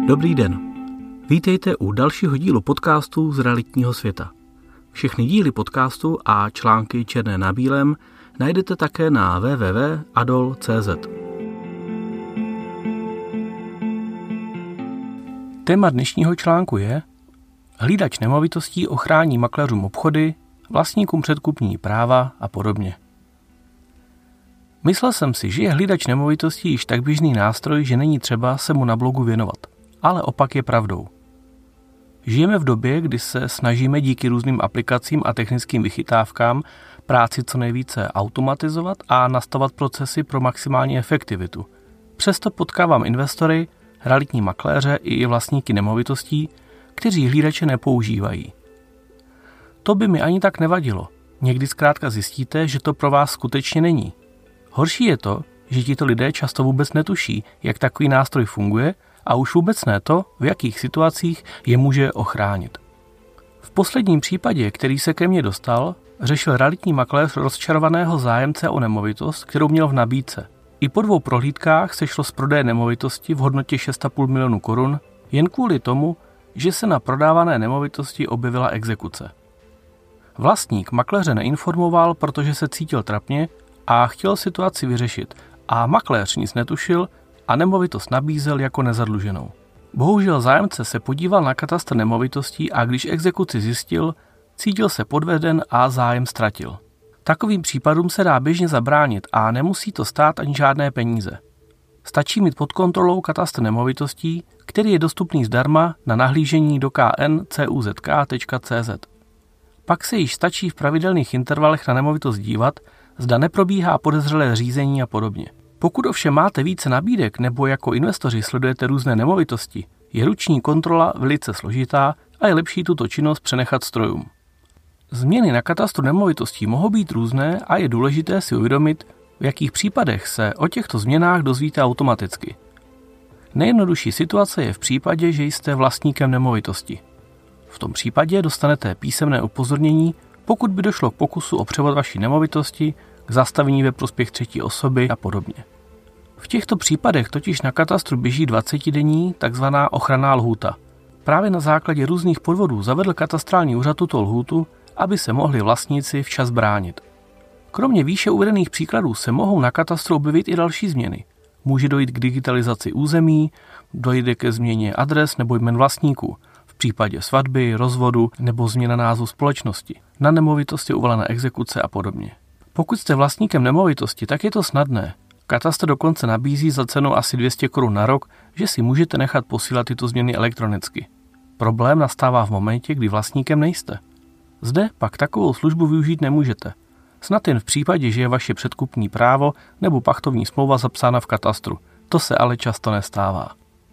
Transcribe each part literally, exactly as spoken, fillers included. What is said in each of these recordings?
Dobrý den. Vítejte u dalšího dílu podcastu z realitního světa. Všechny díly podcastu a články černé na bílém najdete také na w w w tečka adol tečka c z. Téma dnešního článku je: hlídač nemovitostí ochrání makléřům obchody, vlastníkům předkupní práva a podobně. Myslel jsem si, že je hlídač nemovitostí již tak běžný nástroj, že není třeba se mu na blogu věnovat. Ale opak je pravdou. Žijeme v době, kdy se snažíme díky různým aplikacím a technickým vychytávkám práci co nejvíce automatizovat a nastavovat procesy pro maximální efektivitu. Přesto potkávám investory, realitní makléře i vlastníky nemovitostí, kteří hlídače nepoužívají. To by mi ani tak nevadilo. Někdy zkrátka zjistíte, že to pro vás skutečně není. Horší je to, že tito lidé často vůbec netuší, jak takový nástroj funguje, a už vůbec ne to, v jakých situacích je může ochránit. V posledním případě, který se ke mně dostal, řešil realitní makléř rozčarovaného zájemce o nemovitost, kterou měl v nabídce. I po dvou prohlídkách se šlo z prodeje nemovitosti v hodnotě šest a půl milionu korun jen kvůli tomu, že se na prodávané nemovitosti objevila exekuce. Vlastník makléře neinformoval, protože se cítil trapně a chtěl situaci vyřešit, a makléř nic netušil a nemovitost nabízel jako nezadluženou. Bohužel zájemce se podíval na katastr nemovitostí a když exekuci zjistil, cítil se podveden a zájem ztratil. Takovým případům se dá běžně zabránit a nemusí to stát ani žádné peníze. Stačí mít pod kontrolou katastr nemovitostí, který je dostupný zdarma na nahlížení do k n c u z k tečka c z. Pak se již stačí v pravidelných intervalech na nemovitost dívat, zda neprobíhá podezřelé řízení a podobně. Pokud ovšem máte více nabídek nebo jako investoři sledujete různé nemovitosti, je ruční kontrola velice složitá a je lepší tuto činnost přenechat strojům. Změny na katastru nemovitostí mohou být různé a je důležité si uvědomit, v jakých případech se o těchto změnách dozvíte automaticky. Nejjednodušší situace je v případě, že jste vlastníkem nemovitosti. V tom případě dostanete písemné upozornění, pokud by došlo k pokusu o převod vaší nemovitosti, k zastavení ve prospěch třetí osoby a podobně. V těchto případech totiž na katastru běží dvacetidenní takzvaná ochranná lhůta. Právě na základě různých podvodů zavedl katastrální úřad tuto lhůtu, aby se mohli vlastníci včas bránit. Kromě výše uvedených příkladů se mohou na katastru objevit i další změny. Může dojít k digitalizaci území, dojde ke změně adres nebo jmen vlastníků, v případě svatby, rozvodu nebo změna názvu společnosti, na nemovitosti uvalené exekuce a podobně. Pokud jste vlastníkem nemovitosti, tak je to snadné. Katastr dokonce nabízí za cenu asi dvě stě korun na rok, že si můžete nechat posílat tyto změny elektronicky. Problém nastává v momentě, kdy vlastníkem nejste. Zde pak takovou službu využít nemůžete. Snad jen v případě, že je vaše předkupní právo nebo pachtovní smlouva zapsána v katastru. To se ale často nestává.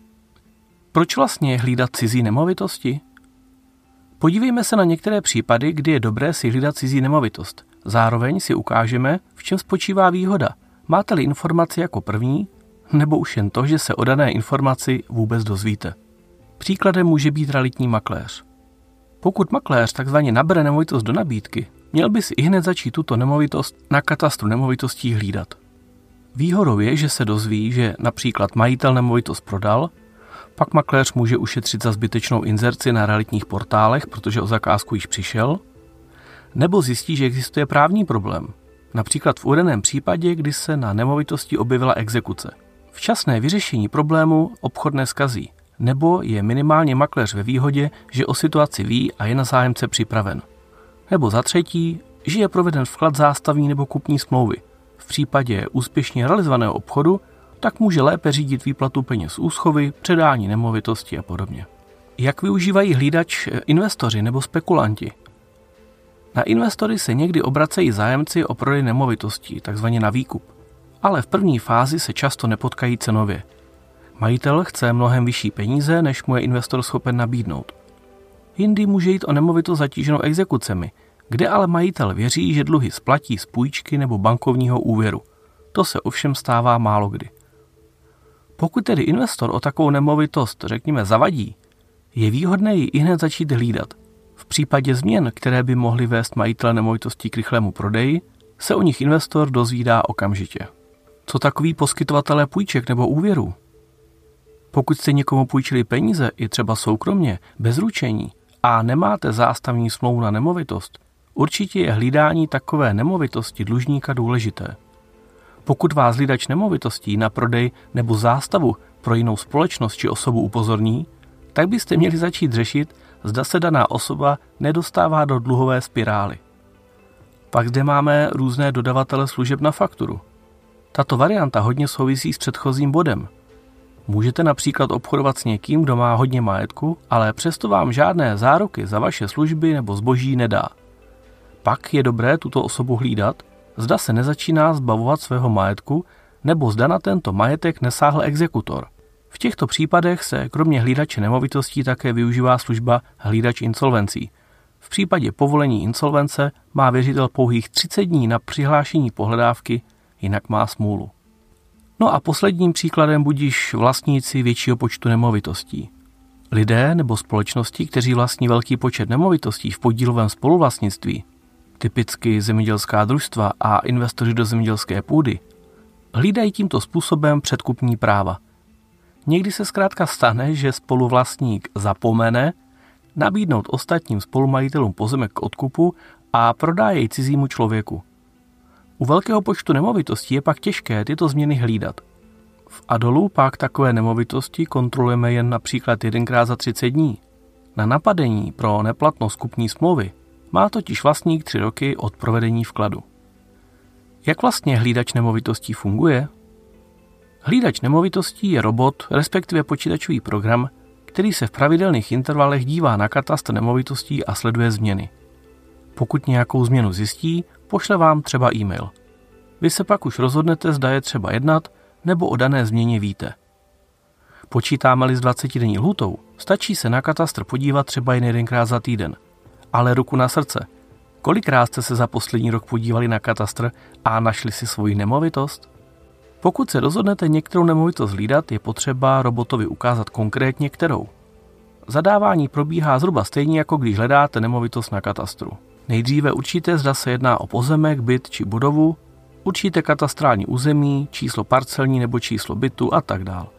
Proč vlastně hlídat cizí nemovitosti? Podívejme se na některé případy, kdy je dobré si hlídat cizí nemovitost. Zároveň si ukážeme, v čem spočívá výhoda. Máte-li informaci jako první, nebo už jen to, že se o dané informaci vůbec dozvíte. Příkladem může být realitní makléř. Pokud makléř takzvaně nabere nemovitost do nabídky, měl by si ihned začít tuto nemovitost na katastru nemovitostí hlídat. Výhodou je, že se dozví, že například majitel nemovitost prodal, pak makléř může ušetřit za zbytečnou inzerci na realitních portálech, protože o zakázku již přišel, nebo zjistí, že existuje právní problém, například v uvedeném případě, kdy se na nemovitosti objevila exekuce. Včasné vyřešení problému obchod neskazí, nebo je minimálně makléř ve výhodě, že o situaci ví a je na zájemce připraven. Nebo za třetí, že je proveden vklad zástavní nebo kupní smlouvy. V případě úspěšně realizovaného obchodu tak může lépe řídit výplatu peněz úschovy, předání nemovitosti a podobně. Jak využívají hlídač investoři nebo spekulanti? Na investory se někdy obracejí zájemci o prodej nemovitostí, takzvaně na výkup. Ale v první fázi se často nepotkají cenově. Majitel chce mnohem vyšší peníze, než mu je investor schopen nabídnout. Jindy může jít o nemovitost zatíženou exekucemi, kde ale majitel věří, že dluhy splatí z půjčky nebo bankovního úvěru. To se ovšem stává málo kdy. Pokud tedy investor o takovou nemovitost, řekněme, zavadí, je výhodné ji ihned začít hlídat. V případě změn, které by mohly vést majitele nemovitostí k rychlému prodeji, se o nich investor dozvídá okamžitě. Co takoví poskytovatelé půjček nebo úvěrů? Pokud jste někomu půjčili peníze, i třeba soukromně, bez ručení, a nemáte zástavní smlouvu na nemovitost, určitě je hlídání takové nemovitosti dlužníka důležité. Pokud vás hlídač nemovitostí na prodej nebo zástavu pro jinou společnost či osobu upozorní, tak byste měli začít řešit, zda se daná osoba nedostává do dluhové spirály. Pak zde máme různé dodavatele služeb na fakturu. Tato varianta hodně souvisí s předchozím bodem. Můžete například obchodovat s někým, kdo má hodně majetku, ale přesto vám žádné záruky za vaše služby nebo zboží nedá. Pak je dobré tuto osobu hlídat, zda se nezačíná zbavovat svého majetku, nebo zda na tento majetek nesáhl exekutor. V těchto případech se kromě hlídače nemovitostí také využívá služba hlídač insolvencí. V případě povolení insolvence má věřitel pouhých třicet dní na přihlášení pohledávky, jinak má smůlu. No a posledním příkladem budíš vlastníci většího počtu nemovitostí. Lidé nebo společnosti, kteří vlastní velký počet nemovitostí v podílovém spoluvlastnictví, typicky zemědělská družstva a investoři do zemědělské půdy, hlídají tímto způsobem předkupní práva. Někdy se zkrátka stane, že spoluvlastník zapomene nabídnout ostatním spolumajitelům pozemek k odkupu a prodá jej cizímu člověku. U velkého počtu nemovitostí je pak těžké tyto změny hlídat. V Adolu pak takové nemovitosti kontrolujeme jen například jedenkrát za třicet dní. Na napadení pro neplatnost kupní smlouvy má totiž vlastník tři roky od provedení vkladu. Jak vlastně hlídač nemovitostí funguje? Hlídač nemovitostí je robot, respektive počítačový program, který se v pravidelných intervalech dívá na katastr nemovitostí a sleduje změny. Pokud nějakou změnu zjistí, pošle vám třeba e-mail. Vy se pak už rozhodnete, zda je třeba jednat, nebo o dané změně víte. Počítáme-li s dvacetidenní lhůtou, stačí se na katastr podívat třeba jen jedenkrát za týden. Ale ruku na srdce, kolikrát jste se za poslední rok podívali na katastr a našli si svoji nemovitost? Pokud se rozhodnete některou nemovitost hlídat, je potřeba robotovi ukázat konkrétně kterou. Zadávání probíhá zhruba stejně, jako když hledáte nemovitost na katastru. Nejdříve určíte, zda se jedná o pozemek, byt či budovu, určíte katastrální území, číslo parcelní nebo číslo bytu a tak dál.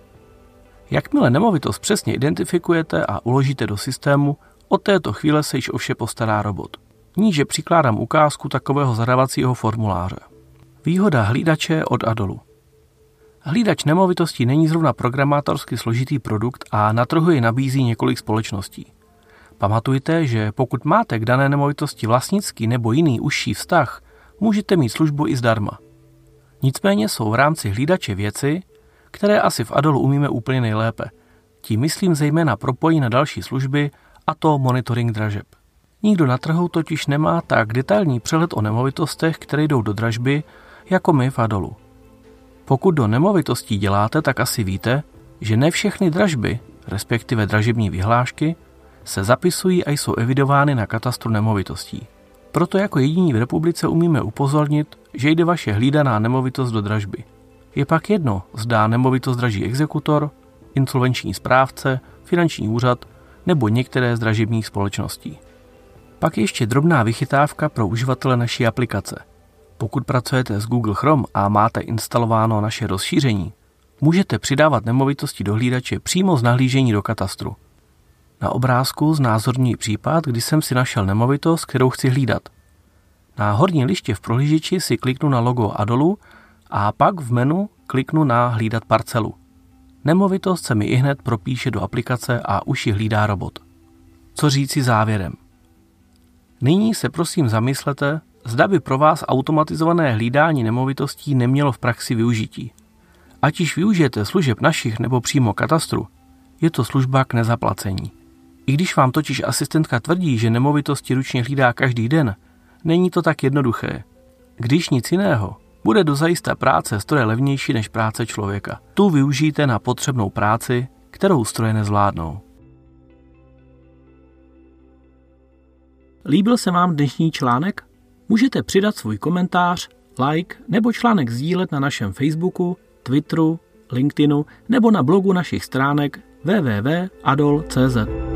Jakmile nemovitost přesně identifikujete a uložíte do systému, od této chvíle se již o vše postará robot. Níže přikládám ukázku takového zadávacího formuláře. Výhoda hlídače od Adolu. Hlídač nemovitostí není zrovna programátorsky složitý produkt a na trhu ji nabízí několik společností. Pamatujte, že pokud máte k dané nemovitosti vlastnický nebo jiný užší vztah, můžete mít službu i zdarma. Nicméně jsou v rámci hlídače věci, které asi v Adolu umíme úplně nejlépe. Tím myslím zejména propojení na další služby, a to monitoring dražeb. Nikdo na trhu totiž nemá tak detailní přehled o nemovitostech, které jdou do dražby, jako my v Adolu. Pokud do nemovitostí děláte, tak asi víte, že ne všechny dražby, respektive dražební vyhlášky, se zapisují a jsou evidovány na katastru nemovitostí. Proto jako jediní v republice umíme upozornit, že jde vaše hlídaná nemovitost do dražby. Je pak jedno, zda nemovitost draží exekutor, insolvenční správce, finanční úřad nebo některé z dražebních společností. Pak ještě drobná vychytávka pro uživatele naší aplikace. Pokud pracujete s Google Chrome a máte instalováno naše rozšíření, můžete přidávat nemovitosti do hlídače přímo z nahlížení do katastru. Na obrázku znázorňuji případ, kdy jsem si našel nemovitost, kterou chci hlídat. Na horní liště v prohlížeči si kliknu na logo Adolu a pak v menu kliknu na hlídat parcelu. Nemovitost se mi ihned propíše do aplikace a už ji hlídá robot. Co říci závěrem? Nyní se prosím zamyslete, zda by pro vás automatizované hlídání nemovitostí nemělo v praxi využití. Ať již využijete služeb našich nebo přímo katastru, je to služba k nezaplacení. I když vám totiž asistentka tvrdí, že nemovitosti ručně hlídá každý den, není to tak jednoduché. Když nic jiného, bude dozajista práce stroje levnější než práce člověka. Tu využijte na potřebnou práci, kterou stroje nezvládnou. Líbil se vám dnešní článek? Můžete přidat svůj komentář, like nebo článek sdílet na našem Facebooku, Twitteru, LinkedInu nebo na blogu našich stránek w w w tečka adol tečka c z.